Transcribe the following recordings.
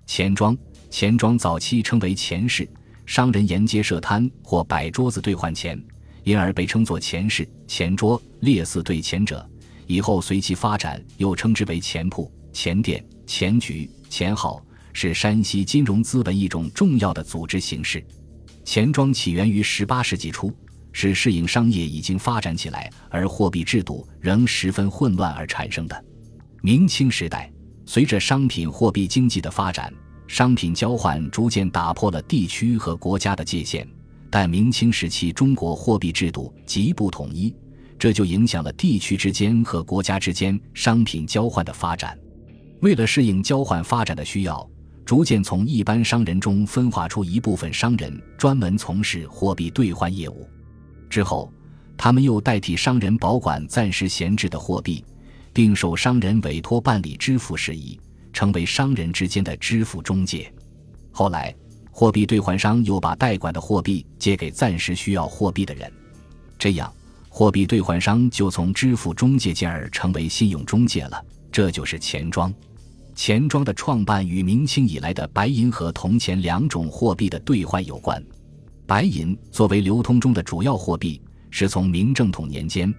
钱庄早期称为钱市，商人沿街设摊或摆桌子兑换钱，因而被称作钱市、钱桌，列似兑钱者。以后随其发展，又称之为钱铺、钱店、钱局、钱号，是山西金融资本一种重要的组织形式。钱庄起源于18世纪初，是适应商业已经发展起来而货币制度仍十分混乱而产生的。明清时代，随着商品货币经济的发展，商品交换逐渐打破了地区和国家的界限，但明清时期中国货币制度极不统一，这就影响了地区之间和国家之间商品交换的发展。为了适应交换发展的需要，逐渐从一般商人中分化出一部分商人专门从事货币兑换业务。之后，他们又代替商人保管暂时闲置的货币，并受商人委托办理支付事宜，成为商人之间的支付中介。后来，货币兑换商又把代管的货币借给暂时需要货币的人，这样货币兑换商就从支付中介进而成为信用中介了，这就是钱庄。钱庄的创办与明清以来的白银和铜钱两种货币的兑换有关。白银作为流通中的主要货币，是从明正统年间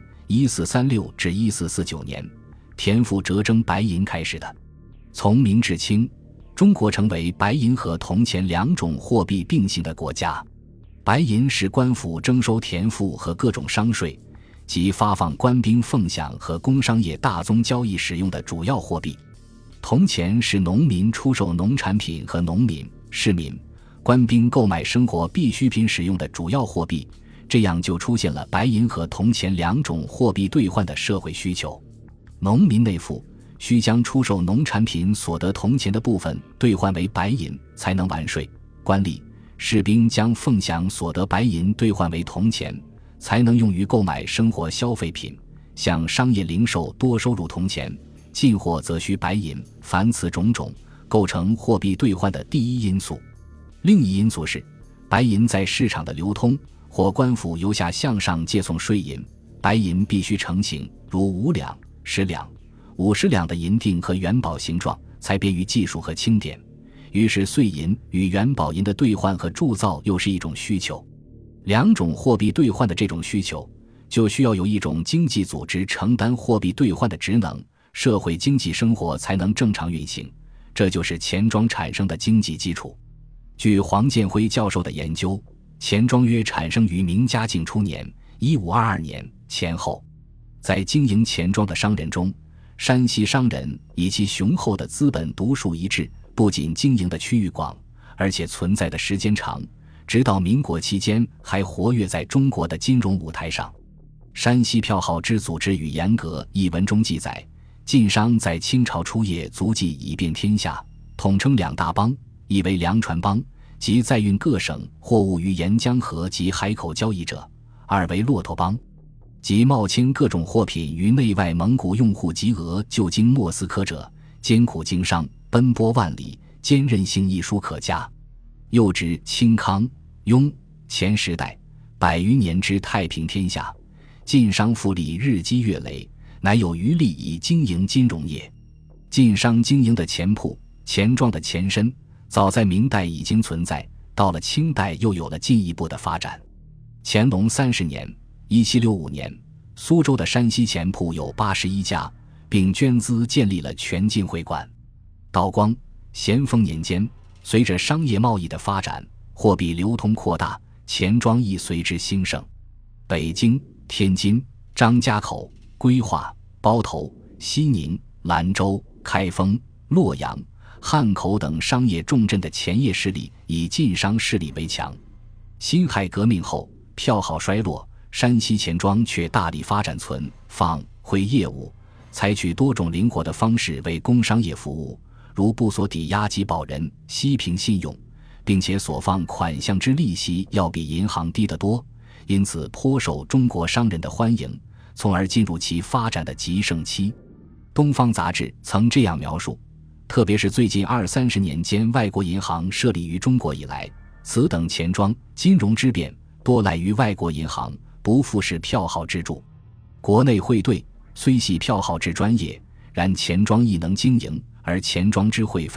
1436至1449年田赋折征白银开始的。从明至清，中国成为白银和铜钱两种货币并行的国家。白银是官府征收田赋和各种商税，及发放官兵俸饷和工商业大宗交易使用的主要货币。铜钱是农民出售农产品和农民、市民、官兵购买生活必需品使用的主要货币，这样就出现了白银和铜钱两种货币兑换的社会需求。农民内附需将出售农产品所得铜钱的部分兑换为白银才能完税，官吏、士兵将俸饷所得白银兑换为铜钱，才能用于购买生活消费品，向商业零售多收入铜钱，进货则需白银，凡此种种构成货币兑换的第一因素。另一因素是白银在市场的流通，或官府由下向上借送税银，白银必须成型，如5两、10两、50两的银锭和元宝形状，才便于计数和清点。于是碎银与元宝银的兑换和铸造又是一种需求。两种货币兑换的这种需求，就需要有一种经济组织承担货币兑换的职能，社会经济生活才能正常运行，这就是钱庄产生的经济基础。据黄建辉教授的研究，钱庄约产生于明嘉靖初年1522年前后。在经营钱庄的商人中，山西商人以其雄厚的资本独树一帜，不仅经营的区域广，而且存在的时间长，直到民国期间还活跃在中国的金融舞台上。山西票号之组织与严格一文中记载，晋商在清朝初叶足迹以遍天下，统称两大帮，一为粮船帮，即载运各省货物于沿江河及海口交易者；二为骆驼帮，即冒清各种货品于内外蒙古用户及俄就经莫斯科者，艰苦经商，奔波万里，坚韧性一书可嘉。又指清康、雍、乾时代100余年之太平天下，晋商富利日积月累，乃有余力以经营金融业。晋商经营的钱铺、钱庄的前身，早在明代已经存在，到了清代又有了进一步的发展。乾隆30年1765年，苏州的山西钱铺有81家，并捐资建立了全晋会馆。道光、咸丰年间，随着商业贸易的发展，货币流通扩大，钱庄亦随之兴盛。北京、天津、张家口、归化、包头、西宁、兰州、开封、洛阳、汉口等商业重镇的钱业势力以晋商势力为强。辛亥革命后，票号衰落，山西钱庄却大力发展存、放、汇业务，采取多种灵活的方式为工商业服务，如不所抵押及保人、息凭信用，并且所放款项之利息要比银行低得多，因此颇受中国商人的欢迎，从而进入其发展的极盛期。东方杂志曾这样描述，特别是最近20-30年间外国银行设立于中国以来，此等钱庄金融之变多赖于外国银行，不复是票号之助。国内汇兑虽系票号之专业，然钱庄亦能经营，而钱庄之会费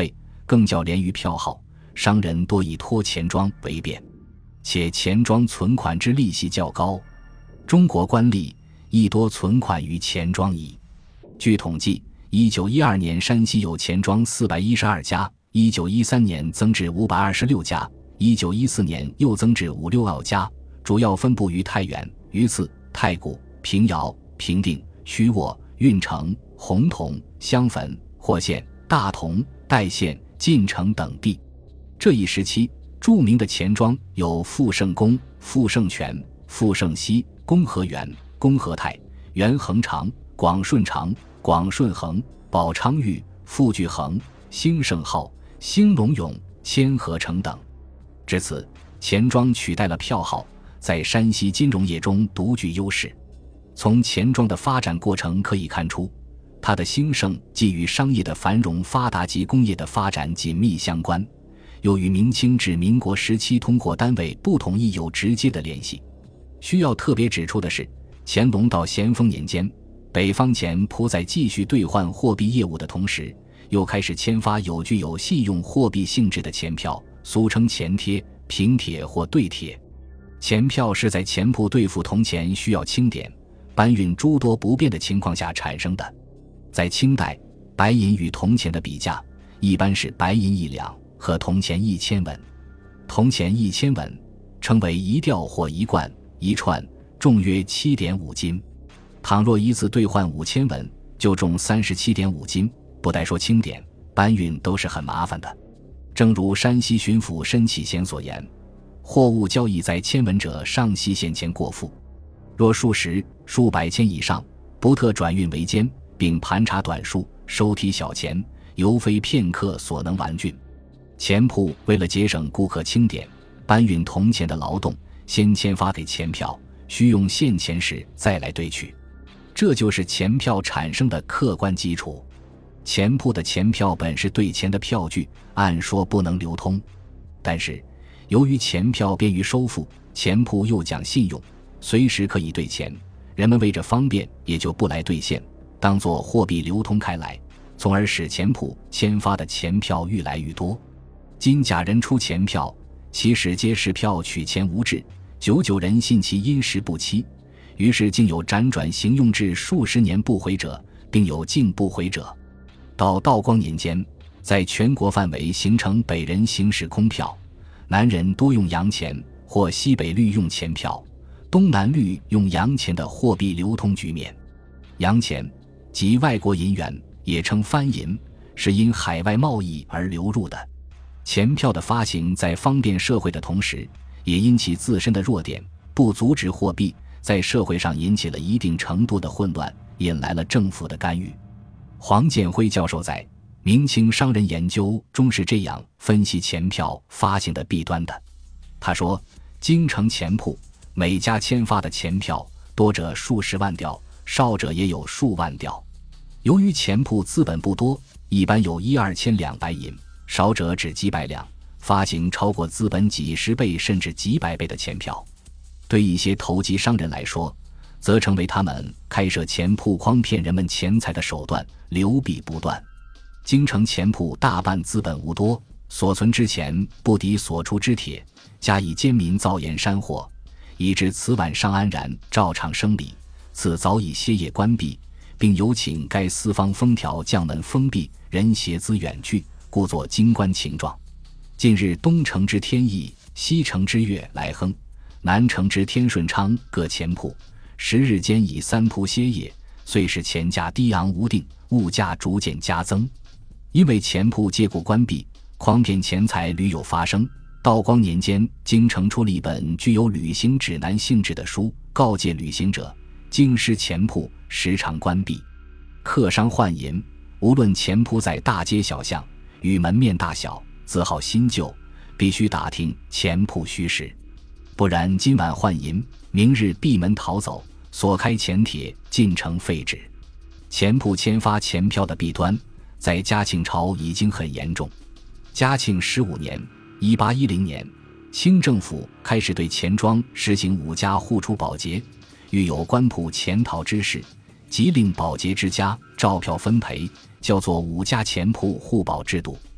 更较廉于票号，商人多以托钱庄为便，且钱庄存款之利息较高。中国官吏亦多存款于钱庄矣。据统计，1912年山西有钱庄412家，1913年增至526家，1914年又增至5、6家，主要分布于太原、榆次、太谷、平遥、平定、曲沃、运城、洪洞、襄汾、霍县、大同、代县、晋城等地。这一时期著名的钱庄有富盛公、富盛全、富盛熙、公和元、公和泰、元恒长、广顺长、广顺恒、宝昌玉、富聚恒、兴盛号、兴隆永、千和成等。至此，钱庄取代了票号，在山西金融业中独具优势。从钱庄的发展过程可以看出，它的兴盛既与商业的繁荣发达及工业的发展紧密相关，又与明清至民国时期通货单位不统一有直接的联系。需要特别指出的是，乾隆到咸丰年间，北方钱铺在继续兑换货币业务的同时，又开始签发具有信用货币性质的钱票，俗称钱贴、平帖或兑帖。钱票是在钱铺兑付铜钱需要清点、搬运诸多不便的情况下产生的。在清代，白银与铜钱的比价一般是白银1两和铜钱1000文。铜钱1000文称为一吊或一贯、一串，重约 7.5 斤。倘若一次兑换5000文，就重 37.5 斤，不待说清点、搬运都是很麻烦的。正如山西巡抚申启贤所言，货物交易在1000文者上西县前过付，若数十、数百千以上，不特转运为间，并盘查短数，收提小钱，犹非片刻所能完竣。钱铺为了节省顾客清点、搬运铜钱的劳动，先签发给钱票，需用现钱时再来兑取，这就是钱票产生的客观基础。钱铺的钱票本是兑钱的票据，按说不能流通，但是由于钱票便于收付，钱铺又讲信用，随时可以兑钱，人们为着方便也就不来兑现，当作货币流通开来，从而使钱铺签发的钱票愈来愈多。今假人出钱票，其实皆是票取钱无质，久人信其因实不期，于是竟有辗转行用至数十年不回者，并有竟不回者。到道光年间，在全国范围形成北人行使空票，南人多用洋钱或西北律用钱票，东南律用洋钱的货币流通局面。洋钱即外国银元，也称番银，是因海外贸易而流入的。钱票的发行在方便社会的同时，也因其自身的弱点，不阻止货币，在社会上引起了一定程度的混乱，引来了政府的干预。黄建辉教授在《明清商人研究》中是这样分析钱票发行的弊端的。他说，京城钱铺每家签发的钱票多者数十万吊，少者也有数万吊。由于钱铺资本不多，一般有1-2千两白银，少者只几百两，发行超过资本几十倍甚至几百倍的钱票。对一些投机商人来说，则成为他们开设钱铺诓骗人们钱财的手段，流弊不断。京城钱铺大半资本无多，所存之钱不敌所出之铁，加以奸民造盐山货，以致此晚上安然照常生理，此早已歇业关闭，并有请该四方封条将门封闭，人携资远去，故作京官情状。近日东城之天意，西城之悦来亨，南城之天顺昌各钱铺10日间以3铺歇业，遂使钱价低昂无定，物价逐渐加增。因为钱铺借故关闭，诓骗钱财屡有发生。道光年间，京城出了一本具有旅行指南性质的书，告诫旅行者，京师钱铺时常关闭，客商换银，无论钱铺在大街小巷，与门面大小，字号新旧，必须打听钱铺虚实，不然今晚换银，明日闭门逃走，所开钱帖尽成废纸。钱铺签发钱票的弊端，在嘉庆朝已经很严重。嘉庆15年1810年，清政府开始对钱庄实行5家互出保洁，遇有官铺潜逃之事，即令保洁之家照票分赔，叫做5家钱铺互保制度。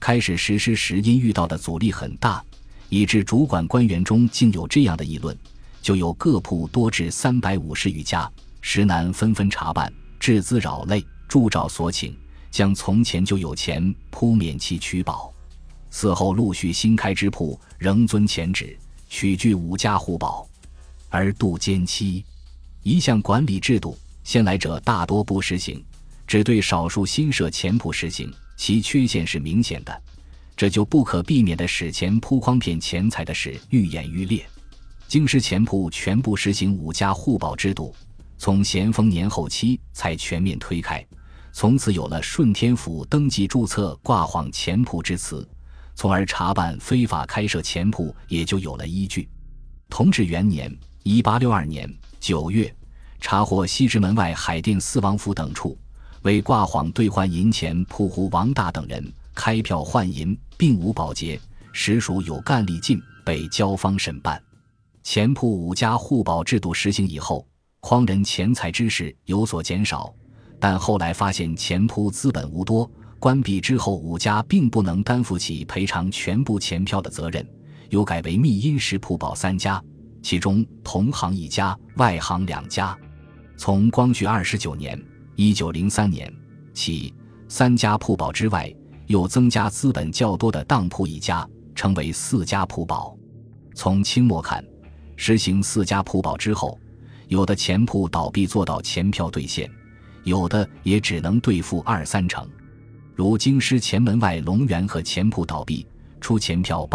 开始实施时因遇到的阻力很大，以致主管官员中竟有这样的议论，就有各铺多至350余家，时难纷纷查办，致资扰累，铸照所请，将从前就有钱铺免其取保。此后陆续新开之铺仍遵前旨，取具5家互保，而度监期。一项管理制度，先来者大多不实行，只对少数新设钱铺实行，其缺陷是明显的，这就不可避免地使钱铺诓骗钱财的事愈演愈烈。京师钱铺全部实行5家互保制度，从咸丰年后期才全面推开，从此有了顺天府登记注册挂谎钱铺之词，从而查办非法开设钱铺也就有了依据。同治元年1862年9月，查获西直门外海淀四王府等处为挂谎兑换银钱铺户王大等人开票换银，并无保洁，实属有干力尽，被交方审办。钱铺5家互保制度实行以后，诓人钱财之事有所减少，但后来发现钱铺资本无多，关闭之后5家并不能担负起赔偿全部钱票的责任，又改为密因实铺保3家，其中同行1家，外行2家。从光绪29年1903年起，3家铺保之外，又增加资本较多的当铺1家，成为4家铺保。从清末看，实行4家铺保之后，有的钱铺倒闭做到钱票兑现，有的也只能兑付2-3成。如京师前门外龙源和钱铺倒闭，出钱票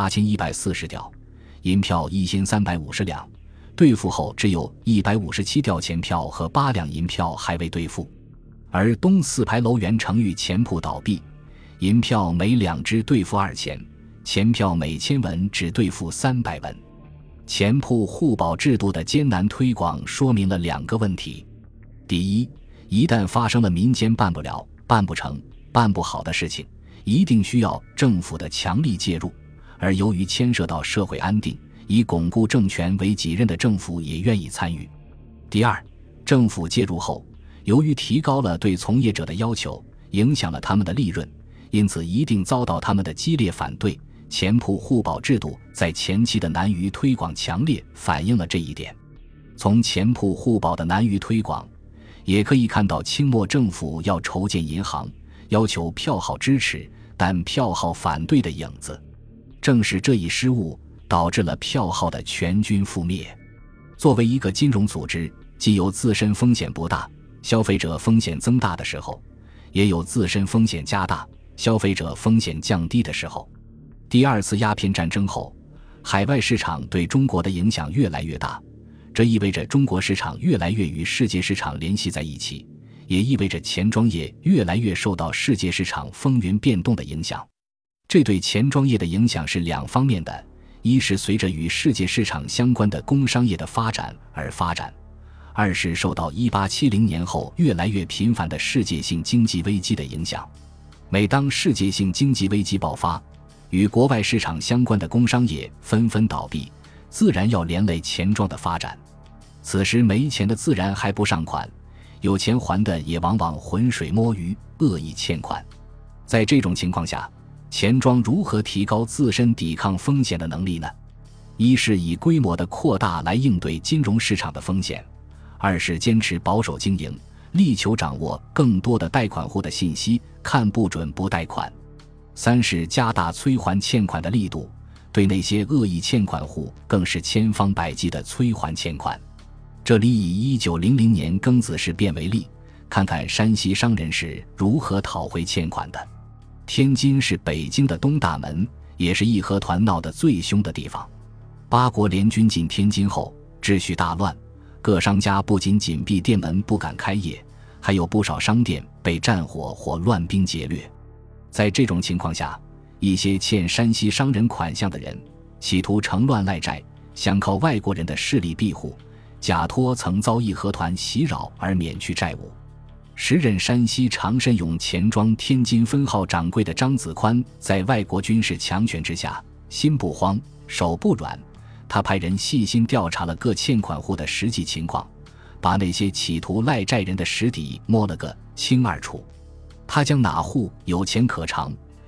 88140吊，银票1350两，兑付后只有157吊钱票和8两银票还未兑付。而东4牌楼源成裕钱铺倒闭，银票每2只兑付2钱，钱票每1000文只兑付300文。钱铺互保制度的艰难推广说明了2个问题：第一，一旦发生了民间办不了、办不成、办不好的事情，一定需要政府的强力介入，而由于牵涉到社会安定，以巩固政权为己任的政府也愿意参与。第二，政府介入后，由于提高了对从业者的要求，影响了他们的利润，因此一定遭到他们的激烈反对。钱铺互保制度在前期的难于推广强烈反映了这一点。从钱铺互保的难于推广，也可以看到清末政府要筹建银行，要求票号支持，但票号反对的影子。正是这一失误，导致了票号的全军覆灭。作为一个金融组织，既有自身风险不大，消费者风险增大的时候，也有自身风险加大，消费者风险降低的时候。第2次鸦片战争后，海外市场对中国的影响越来越大，这意味着中国市场越来越与世界市场联系在一起，也意味着钱庄业越来越受到世界市场风云变动的影响。这对钱庄业的影响是2方面的，一是随着与世界市场相关的工商业的发展而发展，二是受到1870年后越来越频繁的世界性经济危机的影响。每当世界性经济危机爆发，与国外市场相关的工商业纷纷倒闭，自然要连累钱庄的发展。此时没钱的自然还不上款，有钱还的也往往浑水摸鱼，恶意欠款。在这种情况下，钱庄如何提高自身抵抗风险的能力呢？一是以规模的扩大来应对金融市场的风险，二是坚持保守经营，力求掌握更多的贷款户的信息，看不准不贷款。三是加大催还欠款的力度，对那些恶意欠款户更是千方百计地催还欠款。这里以1900年庚子事变为例，看看山西商人是如何讨回欠款的。天津是北京的东大门，也是义和团闹得最凶的地方。八国联军进天津后，秩序大乱，各商家不仅紧闭店门不敢开业，还有不少商店被战火或乱兵劫掠。在这种情况下，一些欠山西商人款项的人企图乘乱赖债，想靠外国人的势力庇护，假托曾遭义和团袭扰而免去债务。时任山西长申永钱庄天津分号掌柜的张子宽，在外国军事强权之下，心不慌手不软，他派人细心调查了各欠款户的实际情况，把那些企图赖债人的实底摸了个清二楚。他将哪户有钱可偿，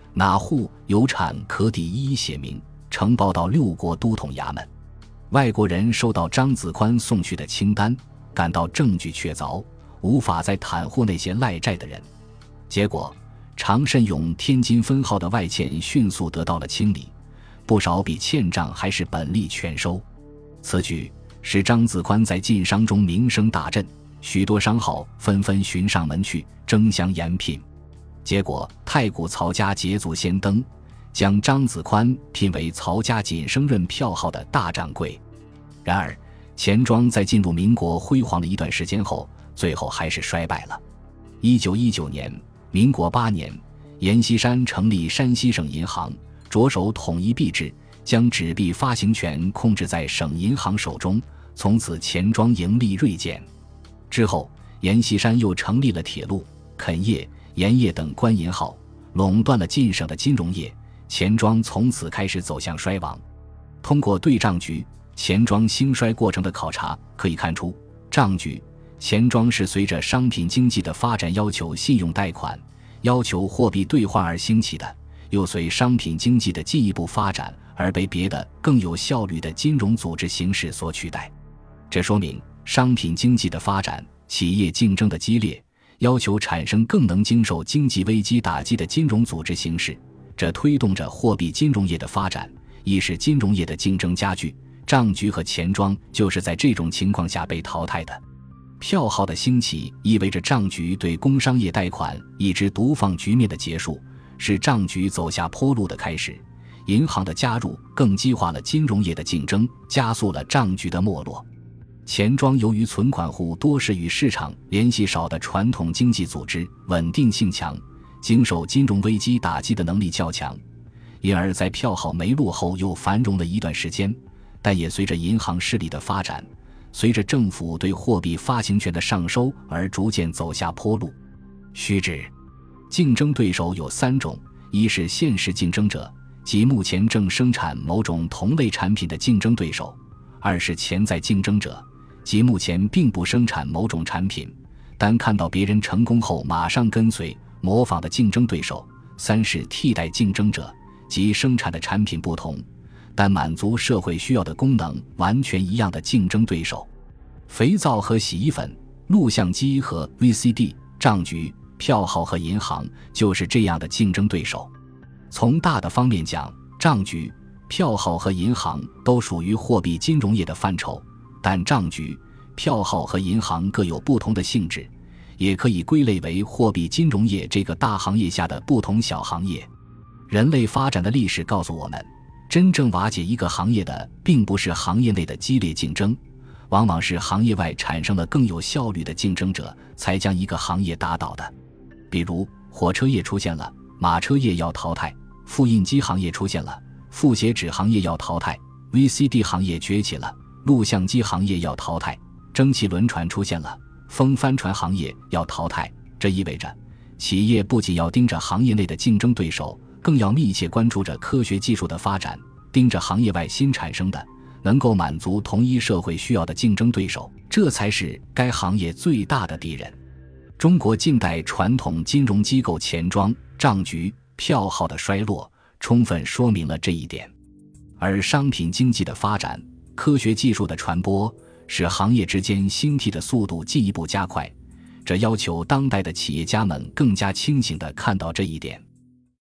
哪户有产可抵一一写明，呈报到6国都统衙门。外国人收到张子宽送去的清单，感到证据确凿，无法再袒护那些赖债的人。结果常慎永天津分号的外欠迅速得到了清理，不少笔欠账还是本利全收。此举使张子宽在晋商中名声大振，许多商号纷纷寻上门去争相延聘。结果太谷曹家捷足先登，将张子宽聘为曹家仅升任票号的大掌柜。然而钱庄在进入民国辉煌了一段时间后，最后还是衰败了。1919年，民国8年，阎锡山成立山西省银行，着手统一币制，将纸币发行权控制在省银行手中，从此钱庄盈利锐减。之后阎锡山又成立了铁路、垦业、盐业等官银号，垄断了晋省的金融业，钱庄从此开始走向衰亡。通过对账局钱庄兴衰过程的考察可以看出，账局钱庄是随着商品经济的发展要求信用贷款、要求货币兑换而兴起的，又随商品经济的进一步发展而被别的更有效率的金融组织形式所取代。这说明商品经济的发展，企业竞争的激烈，要求产生更能经受经济危机打击的金融组织形式，这推动着货币金融业的发展，亦使金融业的竞争加剧。账局和钱庄就是在这种情况下被淘汰的。票号的兴起意味着账局对工商业贷款一枝独放局面的结束，是账局走下坡路的开始。银行的加入更激化了金融业的竞争，加速了账局的没落。钱庄由于存款户多是与市场联系少的传统经济组织，稳定性强，经受金融危机打击的能力较强，因而在票号没落后又繁荣了一段时间，但也随着银行势力的发展，随着政府对货币发行权的上收而逐渐走下坡路。须知竞争对手有3种，一是现实竞争者，即目前正生产某种同类产品的竞争对手；二是潜在竞争者，即目前并不生产某种产品，但看到别人成功后马上跟随模仿的竞争对手；三是替代竞争者，即生产的产品不同，但满足社会需要的功能完全一样的竞争对手。肥皂和洗衣粉、录像机和 VCD、账局、票号和银行就是这样的竞争对手。从大的方面讲，账局、票号和银行都属于货币金融业的范畴，但账局、票号和银行各有不同的性质，也可以归类为货币金融业这个大行业下的不同小行业。人类发展的历史告诉我们，真正瓦解一个行业的并不是行业内的激烈竞争，往往是行业外产生了更有效率的竞争者，才将一个行业打倒的。比如火车业出现了，马车业要淘汰；复印机行业出现了，复写纸行业要淘汰； VCD 行业崛起了，录像机行业要淘汰；蒸汽轮船出现了，风帆船行业要淘汰。这意味着企业不仅要盯着行业内的竞争对手，更要密切关注着科学技术的发展，盯着行业外新产生的能够满足同一社会需要的竞争对手，这才是该行业最大的敌人。中国近代传统金融机构钱庄、账局、票号的衰落，充分说明了这一点。而商品经济的发展、科学技术的传播，使行业之间兴替的速度进一步加快，这要求当代的企业家们更加清醒地看到这一点。